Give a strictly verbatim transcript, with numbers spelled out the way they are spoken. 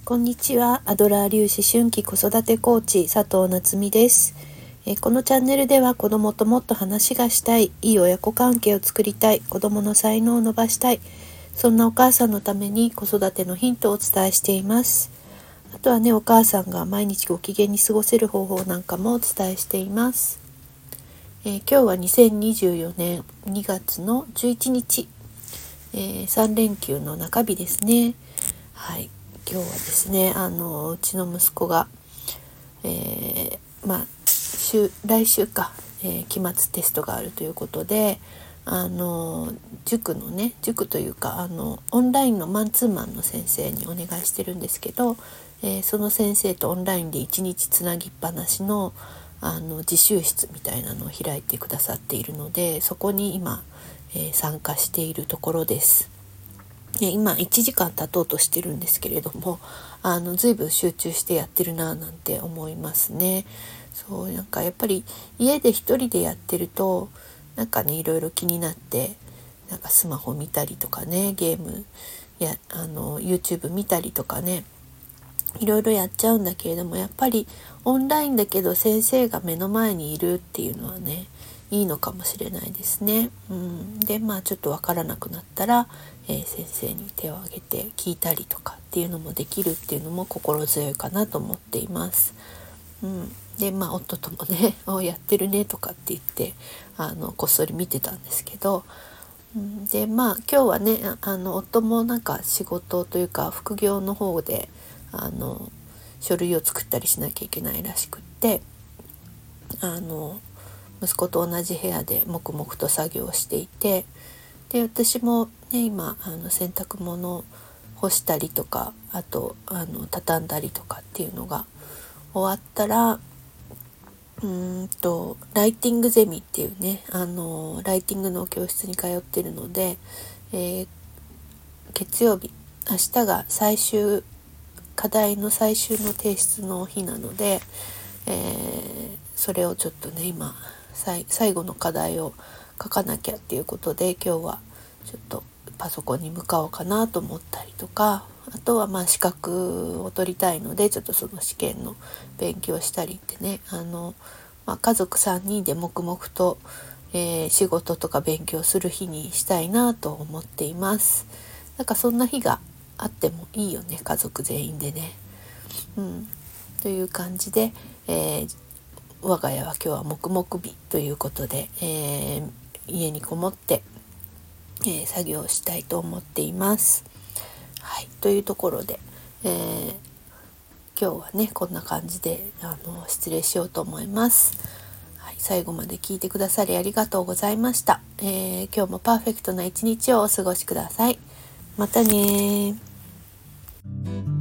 こんにちは。アドラー粒子春季子育てコーチ佐藤夏実です。えーこのチャンネルでは子供ともっと話がしたい、いい親子関係を作りたい、子供の才能を伸ばしたい、そんなお母さんのために子育てのヒントをお伝えしています。あとはね、お母さんが毎日ご機嫌に過ごせる方法なんかもお伝えしています。えー今日はにせんにじゅうよねんにがつのじゅういちにち、えーさん連休の中日ですね。はい、今日はですね、あのうちの息子が、えー、まあ週来週か、えー、期末テストがあるということで、あの塾のね塾というかあのオンラインのマンツーマンの先生にお願いしてるんですけど、えー、その先生とオンラインでいちにちつなぎっぱなしのあの自習室みたいなのを開いてくださっているので、そこに今、えー、参加しているところです。ね、今いちじかん経とうとしてるんですけれども、あの随分集中してやってるななんて思いますね。そうなんかやっぱり家で一人でやってるとなんかねいろいろ気になって、なんかスマホ見たりとかね、ゲームやあの YouTube 見たりとかね、いろいろやっちゃうんだけれども、やっぱりオンラインだけど先生が目の前にいるっていうのはねいいのかもしれないですね。うん、でまあちょっとわからなくなったら、えー先生に手を挙げて聞いたりとかっていうのもできるっていうのも心強いかなと思っています。うん、でまあ夫ともね「おやってるね」とかって言ってあのこっそり見てたんですけど、うん、でまあ今日はねああの夫もなんか仕事というか副業の方であの書類を作ったりしなきゃいけないらしくって、あの息子と同じ部屋で黙々と作業をしていて、で私もね今あの洗濯物を干したりとか、あとあの畳んだりとかっていうのが終わったら、うーんとライティングゼミっていうねあのライティングの教室に通ってるので、えー月曜日明日が最終課題の最終の提出の日なので、えーそれをちょっとね今最後の課題を書かなきゃっていうことで、今日はちょっとパソコンに向かおうかなと思ったりとか、あとはまあ資格を取りたいのでちょっとその試験の勉強したりってね、あの、まあ、家族さんにんで黙々と、えー仕事とか勉強する日にしたいなと思っています。なんかそんな日があってもいいよね、家族全員でね。うん、という感じで、えー我が家は今日は黙々日ということで、えー家にこもって、えー作業をしたいと思っています。はい、というところで、えー今日はねこんな感じであの失礼しようと思います。はい、最後まで聞いてくださりありがとうございました。えー今日もパーフェクトな一日をお過ごしください。またね。